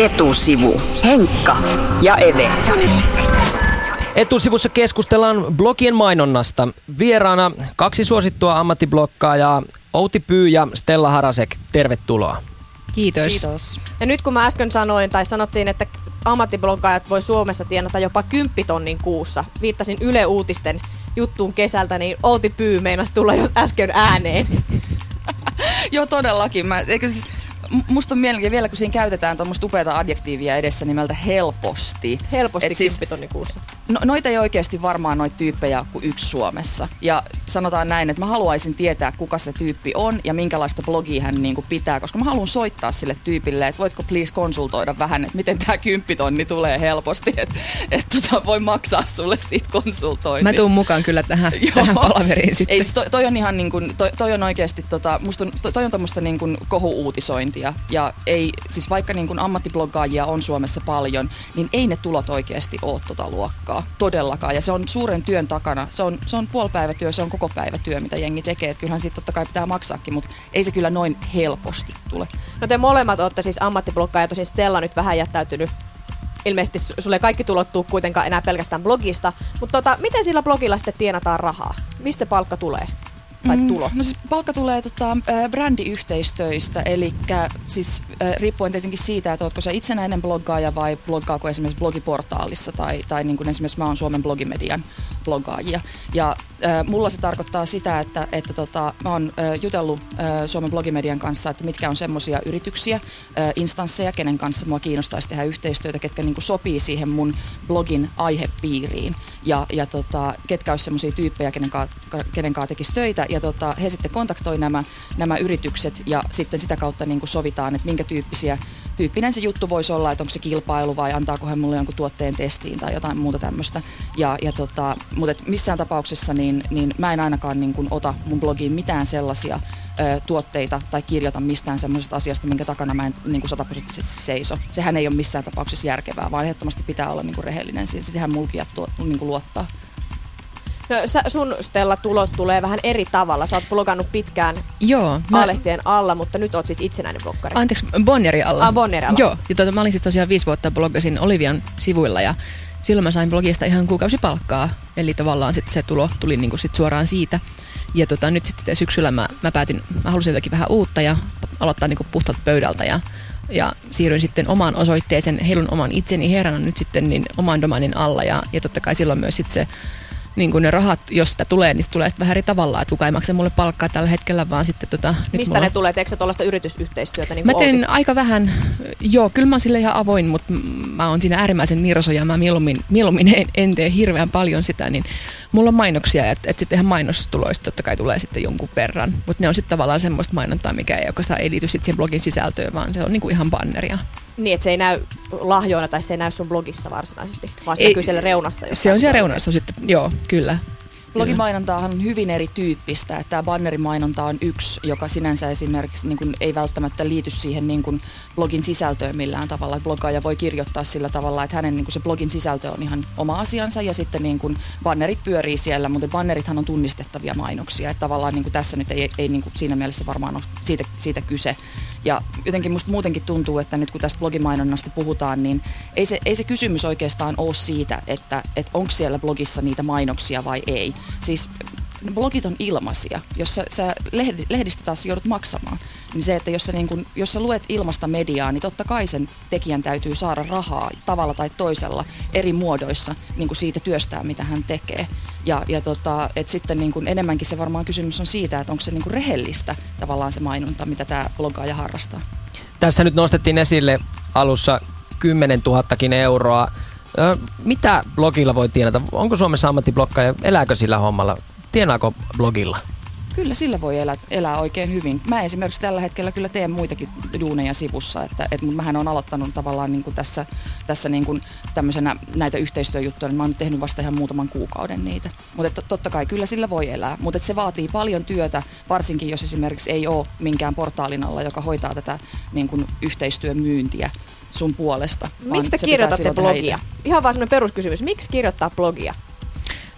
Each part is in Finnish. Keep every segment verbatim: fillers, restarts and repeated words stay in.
Etusivu. Henkka ja Eve. Etusivussa keskustellaan blogien mainonnasta. Vieraana kaksi suosittua ammattibloggaajaa, Outi Pyy ja Stella Harasek. Tervetuloa. Kiitos. Kiitos. Ja nyt kun mä äsken sanoin, tai sanottiin, että ammattibloggaajat voi Suomessa tienata jopa kymppitonnin kuussa, viittasin Yle Uutisten juttuun kesältä, niin Outi Pyy meinasi tulla jos äsken ääneen. Joo, todellakin. Mä, eikö siis, musta on mielenkiintoista vielä, kun siinä käytetään tuommoista upeata adjektiivia edessä nimeltä helposti. Helposti siis, kymppitonni kuussa. No, noita ei oikeasti varmaan noita tyyppejä kuin yksi Suomessa. Ja sanotaan näin, että mä haluaisin tietää, kuka se tyyppi on ja minkälaista blogia hän niin kuin pitää, koska mä haluan soittaa sille tyypille, että voitko please konsultoida vähän, että miten tämä kymppitonni tulee helposti, että et, tota, voi maksaa sulle siitä konsultoinnista. Mä tuun mukaan kyllä tähän, tähän palaveriin sitten. Ei, toi, toi on ihan niin kuin, toi, toi on oikeasti, tota, musta on, toi, toi on tommoista niin kuin kohu-uutisointia. Ja ei, siis vaikka niin kuin ammattibloggaajia on Suomessa paljon, niin ei ne tulot oikeasti ole tota luokkaa. Todellakaan. Ja se on suuren työn takana. Se on, se on puolipäivätyö, se on koko päivätyö, mitä jengi tekee. Et kyllähän siitä totta kai pitää maksaakin, mutta ei se kyllä noin helposti tule. No te molemmat olette siis ammattibloggaajia, tosin Stella nyt vähän jättäytynyt. Ilmeisesti sulle kaikki tulot tuu kuitenkaan enää pelkästään blogista. Mutta tota, miten sillä blogilla sitten tienataan rahaa? Mistä se palkka tulee? Tai tulo? Mm, no siis palkka tulee tota, äh, brändiyhteistöistä, eli siis äh, riippuen tietenkin siitä, että ootko sä itsenäinen bloggaaja vai bloggaako esimerkiksi blogiportaalissa tai, tai niin kuin esimerkiksi mä oon Suomen blogimedian bloggaajia. Ja äh, mulla se tarkoittaa sitä, että, että tota, mä oon äh, jutellut äh, Suomen blogimedian kanssa, että mitkä on semmoisia yrityksiä, äh, instansseja, kenen kanssa mua kiinnostaisi tehdä yhteistyötä, ketkä niin kuin sopii siihen mun blogin aihepiiriin ja, ja tota, ketkä olisi semmoisia tyyppejä, kenen kanssa kenen tekisi töitä. Ja tota, he sitten kontaktoi nämä, nämä yritykset ja sitten sitä kautta niin kuin sovitaan, että minkä tyyppisiä, tyyppinen se juttu voisi olla, että onko se kilpailu vai antaako he mulle jonkun tuotteen testiin tai jotain muuta tämmöistä. Ja, ja tota, mutta missään tapauksessa niin, niin mä en ainakaan niin kuin ota mun blogiin mitään sellaisia ö, tuotteita tai kirjoita mistään semmoisesta asiasta, minkä takana mä en niin kuin sataprosenttisesti seiso. Sehän ei ole missään tapauksessa järkevää, vaan ehdottomasti pitää olla niin kuin rehellinen. Sitähän mulkijat tuo, niin kuin luottaa. No sä, sun Stella tulot tulee vähän eri tavalla. Sä oot blogannut pitkään Joo, mä... A-lehtien alla, mutta nyt oot siis itsenäinen bloggari. Anteeksi, Bonnierin alla. Ah, Bonnierin alla. Joo, ja tuota, mä olin siis tosiaan viisi vuotta bloggasin Olivian sivuilla ja silloin mä sain blogista ihan kuukausipalkkaa. Eli tavallaan sit se tulo tuli niinku sit suoraan siitä. Ja tota, nyt sitten syksyllä mä, mä päätin, mä halusin jotakin vähän uutta ja aloittaa niinku puhtaalta pöydältä ja Ja siirryin sitten omaan osoitteeseen, heilun oman itseni herrana nyt sitten niin oman domainin alla ja, ja totta kai silloin myös sitten se niin kuin ne rahat, jos sitä tulee, niin se tulee sitten vähän eri tavalla, että kukaan ei maksa mulle palkkaa tällä hetkellä, vaan sitten tota... Mistä mulla... ne tulee? Teekö sä tuollaista yritysyhteistyötä? Niin mä teen Outi? aika vähän, joo, kyllä mä oon sille ihan avoin, mutta mä oon siinä äärimmäisen nirso ja mä mieluummin, mieluummin en, en tee hirveän paljon sitä, niin mulla on mainoksia, että et sitten ihan mainostuloista totta kai tulee sitten jonkun verran, mutta ne on sitten tavallaan semmoista mainontaa, mikä ei oikeastaan ei liity sitten siihen blogin sisältöön, vaan se on niinku ihan banneria. Niin, että se ei näy lahjoina tai se ei näy sun blogissa varsinaisesti, vaan se näkyy siellä reunassa. Se on siellä reunassa sitten, joo, kyllä. Blogimainontaahan on hyvin erityyppistä. Että tämä bannerimainonta on yksi, joka sinänsä esimerkiksi niin kuin ei välttämättä liity siihen niin kuin blogin sisältöön millään tavalla. Että bloggaaja voi kirjoittaa sillä tavalla, että hänen niin kuin se blogin sisältö on ihan oma asiansa ja sitten niin kuin bannerit pyörii siellä, mutta bannerithan on tunnistettavia mainoksia. Että tavallaan niin kuin tässä nyt ei, ei niin kuin siinä mielessä varmaan ole siitä, siitä kyse. Ja jotenkin musta muutenkin tuntuu, että nyt kun tästä blogimainonnasta puhutaan, niin ei se, ei se kysymys oikeastaan ole siitä, että, että onko siellä blogissa niitä mainoksia vai ei. Siis blogit on ilmaisia. Jos sä, sä lehdistä taas joudut maksamaan, niin se, että jos sä, niin kun, jos sä luet ilmasta mediaa, niin totta kai sen tekijän täytyy saada rahaa tavalla tai toisella eri muodoissa niin kuin siitä työstää, mitä hän tekee. Ja, ja tota, et sitten niin kun enemmänkin se varmaan kysymys on siitä, että onko se niin kun rehellistä tavallaan se mainonta, mitä tämä bloggaaja harrastaa. Tässä nyt nostettiin esille alussa kymmenen tuhattakin euroa. Mitä blogilla voi tienata? Onko Suomessa ammattibloggaaja? Elääkö sillä hommalla? Tienaako blogilla? Kyllä sillä voi elää, elää oikein hyvin. Mä esimerkiksi tällä hetkellä kyllä teen muitakin duuneja sivussa, että et, mutta mähän olen aloittanut tavallaan niin kuin tässä, tässä niin kuin tämmöisenä näitä yhteistyöjuttuja, niin mä oon tehnyt vasta ihan muutaman kuukauden niitä. Mutta totta kai kyllä sillä voi elää, mutta se vaatii paljon työtä, varsinkin jos esimerkiksi ei ole minkään portaalin alla, joka hoitaa tätä niin kuin yhteistyömyyntiä sun puolesta. Miksi te kirjoitatte blogia? Ihan vaan semmoinen peruskysymys. Miksi kirjoittaa blogia?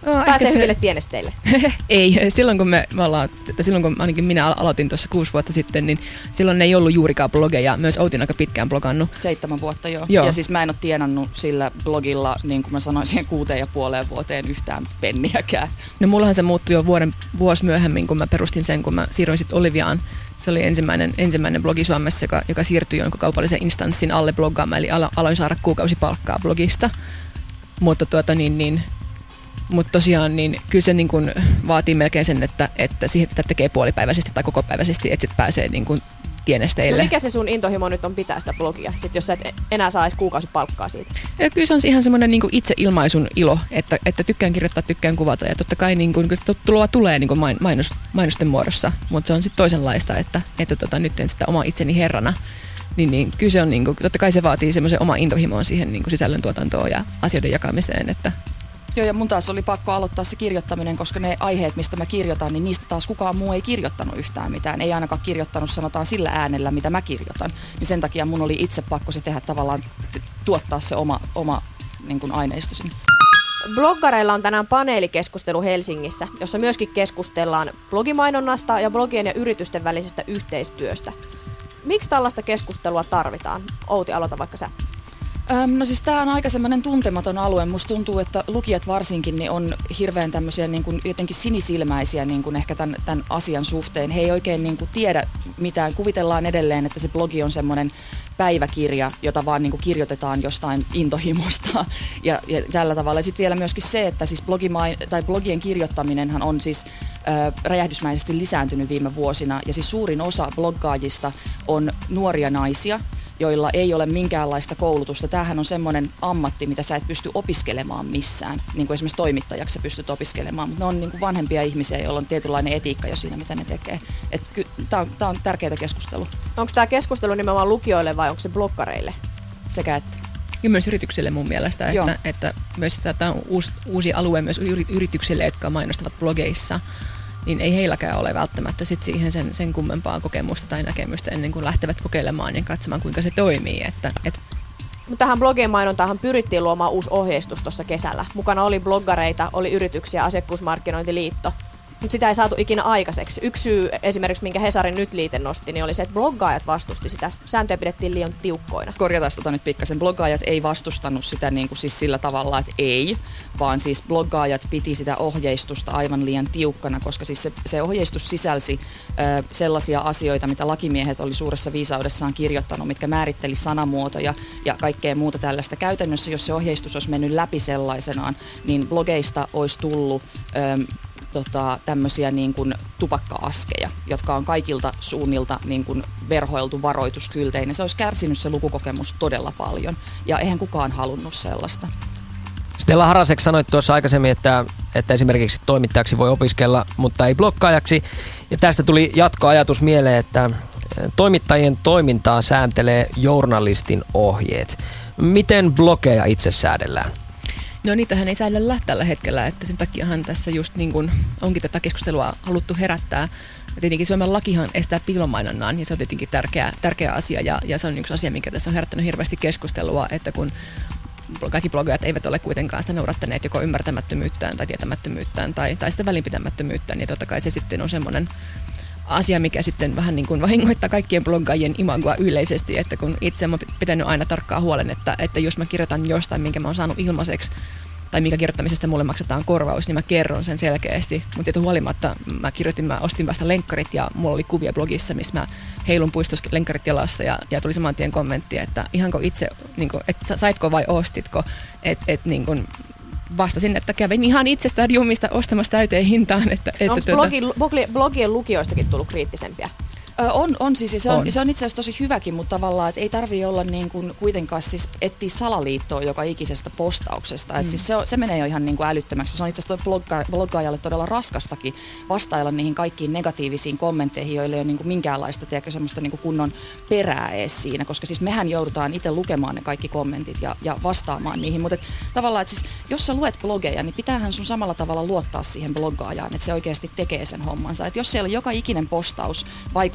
No, Pääsee se... hyville tienesteille? Ei, silloin kun me, me ollaan, silloin kun ainakin minä aloitin tuossa kuusi vuotta sitten, niin silloin ei ollut juurikaan blogeja. Myös Outi on aika pitkään blogannut. Seitsemän vuotta jo. joo. Ja siis mä en ole tienannut sillä blogilla, niin kuin mä sanoin, siihen kuuteen ja puoleen vuoteen yhtään penniäkään. No mullahan se muuttui jo vuoden, vuosi myöhemmin, kun mä perustin sen, kun mä siirroin sitten Oliviaan. Se oli ensimmäinen, ensimmäinen blogi Suomessa, joka, joka siirtyi jonkun kaupallisen instanssin alle bloggaamaan, eli alo, aloin saada kuukausipalkkaa blogista. Mutta tuota niin, niin Mutta tosiaan niin kyllä se niin kuin vaatii melkein sen, että, että siihen sitä tekee puolipäiväisesti tai kokopäiväisesti, että sitten pääsee niin kuin tienesteille. No mikä se sun intohimo nyt on pitää sitä blogia, sit jos sä et enää saisi kuukausipalkkaa siitä? Ja kyllä se on ihan semmoinen niin kuin itseilmaisun ilo, että, että tykkään kirjoittaa, tykkään kuvata ja totta kai niin kuin, se tuloa tulee niin kuin mainos, mainosten muodossa, mutta se on sitten toisenlaista, että, että tota, nyt en sitä oma itseni herrana. Niin, niin kyllä se on, niin kuin, totta kai se vaatii semmoisen oma intohimoon siihen niin kuin sisällöntuotantoon ja asioiden jakamiseen, että Joo, ja mun taas oli pakko aloittaa se kirjoittaminen, koska ne aiheet, mistä mä kirjoitan, niin niistä taas kukaan muu ei kirjoittanut yhtään mitään. Ei ainakaan kirjoittanut, sanotaan, sillä äänellä, mitä mä kirjoitan. Niin sen takia mun oli itse pakko se tehdä tavallaan, tuottaa se oma, oma niin kuin aineistosi. Bloggareilla on tänään paneelikeskustelu Helsingissä, jossa myöskin keskustellaan blogimainonnasta ja blogien ja yritysten välisestä yhteistyöstä. Miksi tällaista keskustelua tarvitaan? Outi, aloita vaikka sä. Öm, no siis tää on aika semmoinen tuntematon alue. Musta tuntuu, että lukijat varsinkin niin on hirveän tämmöisiä niin kuin jotenkin sinisilmäisiä niin kuin ehkä tämän, tämän asian suhteen. He ei oikein niin kuin tiedä mitään. Kuvitellaan edelleen, että se blogi on semmoinen päiväkirja, jota vaan niin kuin kirjoitetaan jostain intohimosta ja, ja tällä tavalla. Ja sitten vielä myöskin se, että siis blogima- tai blogien kirjoittaminenhan on siis ö, räjähdysmäisesti lisääntynyt viime vuosina. Ja siis suurin osa bloggaajista on nuoria naisia, joilla ei ole minkäänlaista koulutusta. Tämähän on semmoinen ammatti, mitä sä et pysty opiskelemaan missään. Niin kuin esimerkiksi toimittajaksi sä pystyt opiskelemaan, mutta ne on niin kuin vanhempia ihmisiä, joilla on tietynlainen etiikka jo siinä, mitä ne tekee. Tämä on, tää on tärkeää keskustelua. Onko tämä keskustelu nimenomaan lukijoille vai onko se bloggareille? Sekä että. Ja myös yrityksille mun mielestä, että, että myös tämä on uusi, uusi alue myös yrityksille, jotka mainostavat blogeissa. Niin ei heilläkään ole välttämättä sit siihen sen, sen kummempaa kokemusta tai näkemystä ennen kuin lähtevät kokeilemaan ja katsomaan, kuinka se toimii. Että, et. Mutta tähän blogien mainontaan pyrittiin luomaan uusi ohjeistus tuossa kesällä. Mukana oli bloggareita, oli yrityksiä, Asiakkuusmarkkinointiliitto. Mutta sitä ei saatu ikinä aikaiseksi. Yksi syy esimerkiksi, minkä Hesarin Nyt-liite nosti, niin oli se, että bloggaajat vastusti sitä. Sääntöjä pidettiin liian tiukkoina. Korjataan tota nyt pikkasen. Bloggaajat ei vastustanut sitä niin kuin siis sillä tavalla, että ei, vaan siis bloggaajat piti sitä ohjeistusta aivan liian tiukkana, koska siis se, se ohjeistus sisälsi ö, sellaisia asioita, mitä lakimiehet oli suuressa viisaudessaan kirjoittanut, mitkä määritteli sanamuotoja ja kaikkea muuta tällaista. Käytännössä, jos se ohjeistus olisi mennyt läpi sellaisenaan, niin blogeista olisi tullut Ö, Tota, tämmöisiä niin kuin tupakka-askeja, jotka on kaikilta suunnilta niin kuin verhoiltu varoituskyltein. Se olisi kärsinyt se lukukokemus todella paljon, ja eihän kukaan halunnut sellaista. Stella Harasek sanoi tuossa aikaisemmin, että, että esimerkiksi toimittajaksi voi opiskella, mutta ei blokkaajaksi. Ja tästä tuli jatkoajatus mieleen, että toimittajien toimintaa sääntelee journalistin ohjeet. Miten blogeja itse säädellään? No niitähän ei säädellä tällä hetkellä, että sen takiahan tässä just niin kuin onkin tätä keskustelua haluttu herättää. Ja tietenkin Suomen lakihan estää piilomainonnan ja se on tietenkin tärkeä, tärkeä asia ja, ja se on yksi asia, mikä tässä on herättänyt hirveästi keskustelua, että kun kaikki blogajat eivät ole kuitenkaan sitä noudattaneet joko ymmärtämättömyyttään tai tietämättömyyttään tai, tai sitä välinpitämättömyyttään, niin totta kai se sitten on semmoinen asia, mikä sitten vähän niin kuin vahingoittaa kaikkien bloggaajien imagoa yleisesti, että kun itse olen pitänyt aina tarkkaa huolen, että, että jos mä kirjoitan jostain, minkä mä oon saanut ilmaiseksi, tai minkä kirjoittamisesta mulle maksetaan korvaus, niin mä kerron sen selkeästi. Mutta siitä huolimatta mä kirjoitin, mä ostin vasta lenkkarit ja mulla oli kuvia blogissa, missä mä heilun puistossa lenkkarit jalassa ja, ja tuli saman tien kommentti, että ihanko itse, niin kuin, että saitko vai ostitko, että et, niin kuin, vastasin, että kävin ihan itsestään jumista ostamassa täyteen hintaan. Että, että onko tuota... blogin, blogien lukijoistakin tullut kriittisempiä? Ö, on, on siis, se on, on. se on itse asiassa tosi hyväkin, mutta tavallaan, että ei tarvitse olla niin kuin kuitenkaan siis etsiä salaliittoa joka ikisestä postauksesta. Mm. Et siis se, on, se menee jo ihan niin kuin älyttömäksi. Se on itse asiassa blogga, bloggaajalle todella raskastakin vastailla niihin kaikkiin negatiivisiin kommentteihin, joille ei ole niin kuin minkäänlaista tiedäkö, semmoista niin kuin kunnon perää edes siinä, koska siis mehän joudutaan itse lukemaan ne kaikki kommentit ja, ja vastaamaan niihin. Mutta tavallaan, että siis, jos sä luet blogeja, niin pitäähän sun samalla tavalla luottaa siihen bloggaajaan, että se oikeasti tekee sen hommansa. Et jos siellä joka ikinen postaus vaikuttaa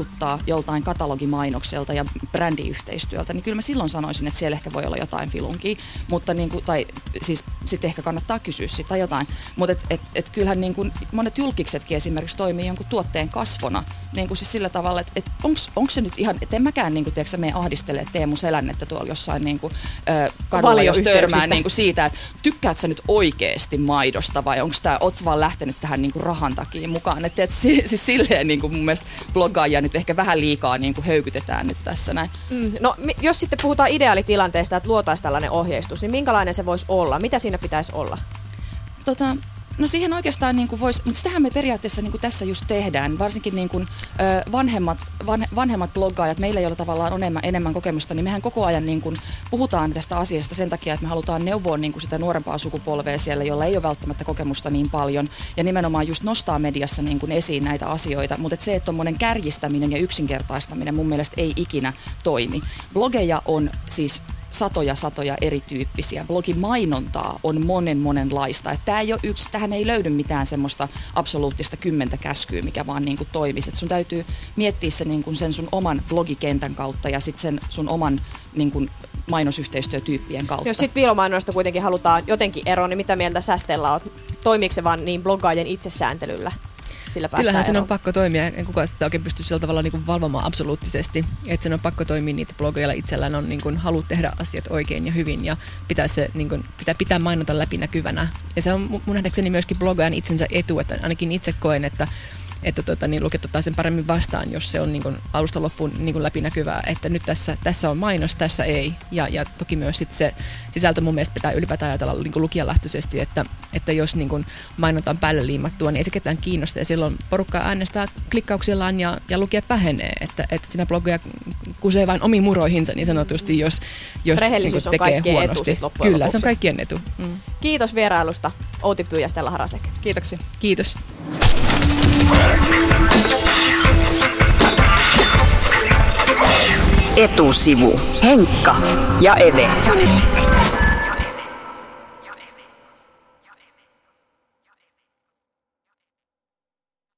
vaikuttaa joltain katalogimainokselta ja brändiyhteistyöltä, niin kyllä mä silloin sanoisin, että siellä ehkä voi olla jotain filunkia, mutta niin kuin, tai siis sitten ehkä kannattaa kysyä sitä jotain. Mutta et, et, et kyllähän niin kuin monet julkiksetkin esimerkiksi toimii jonkun tuotteen kasvona, niin kuin siis sillä tavalla, että et onko se nyt ihan, että en mäkään niin kuin, tiedätkö, mene ahdistele Teemu Selännettä tuolla jossain niin kuin, ö, kadulla, jos törmää niin kuin siitä, että tykkäät sä nyt oikeasti maidosta vai onko tämä, ootko vaan lähtenyt tähän niin kuin rahan takia mukaan. Että et, siis silleen niin kuin mun mielestä bloggaajia nyt ehkä vähän liikaa niin kuin höykytetään nyt tässä näin. Mm, no jos sitten puhutaan ideaalitilanteesta, että luotaisiin tällainen ohjeistus, niin minkälainen se voisi olla? Mitä siinä pitäisi olla? Tota, no siihen oikeastaan niin kuin voisi, mutta sitähän me periaatteessa niin kuin tässä just tehdään, varsinkin niin kuin, ö, vanhemmat, van, vanhemmat bloggaajat, meillä joilla tavallaan on enemmän, enemmän kokemusta, niin mehän koko ajan niin kuin puhutaan tästä asiasta sen takia, että me halutaan neuvoa niin kuin sitä nuorempaa sukupolvea siellä, jolla ei ole välttämättä kokemusta niin paljon, ja nimenomaan just nostaa mediassa niin kuin esiin näitä asioita, mutta et se, että tuommoinen kärjistäminen ja yksinkertaistaminen mun mielestä ei ikinä toimi. Blogeja on siis satoja satoja erityyppisiä. Blogimainontaa on monen monenlaista. Tämä ei ole yksi, tähän ei löydy mitään semmoista absoluuttista kymmentä käskyä, mikä vaan niin kuin toimisi. Et sun täytyy miettiä se niin kuin sen sun oman blogikentän kautta ja sitten sen sun oman niin kuin mainosyhteistyötyyppien kautta. Jos sitten piilomainoista kuitenkin halutaan jotenkin eroon, niin mitä mieltä sä, Stella oot? Toimiiko se vaan niin bloggaajien itsesääntelyllä? Sillä Sillähän sen eroon. on pakko toimia, en kukaan sitä oikein pysty sillä tavalla niin kuin valvomaan absoluuttisesti. Että sen on pakko toimia niitä bloggeilla itsellään on niin kuin halu tehdä asiat oikein ja hyvin ja pitää, se, niin kuin, pitää, pitää mainonta läpinäkyvänä. Ja se on mun nähdäkseni myöskin bloggaajan itsensä etu, että ainakin itse koen, että että tota, niin luket ottaa sen paremmin vastaan, jos se on niin kuin alusta loppuun niin kuin läpinäkyvää, että nyt tässä, tässä on mainos, tässä ei. Ja, ja toki myös sit se sisältö mun mielestä pitää ylipäätään ajatella niin kuin lukijalähtöisesti, että, että jos niin kuin mainonta on päälle liimattua, niin ei se ketään kiinnosta ja silloin porukka äänestää klikkauksillaan ja, ja lukijat vähenee, että, että siinä blogia kusee vain omiin muroihinsa niin sanotusti, jos, jos rehellisyys niin on tekee huonosti. Etu loppujen Kyllä, lopuksi. se on kaikkien etu. Mm. Kiitos vierailusta, Outi Pyy ja Stella Harasek. Kiitoksia. Kiitos. Etusivu. Henkka ja Eve.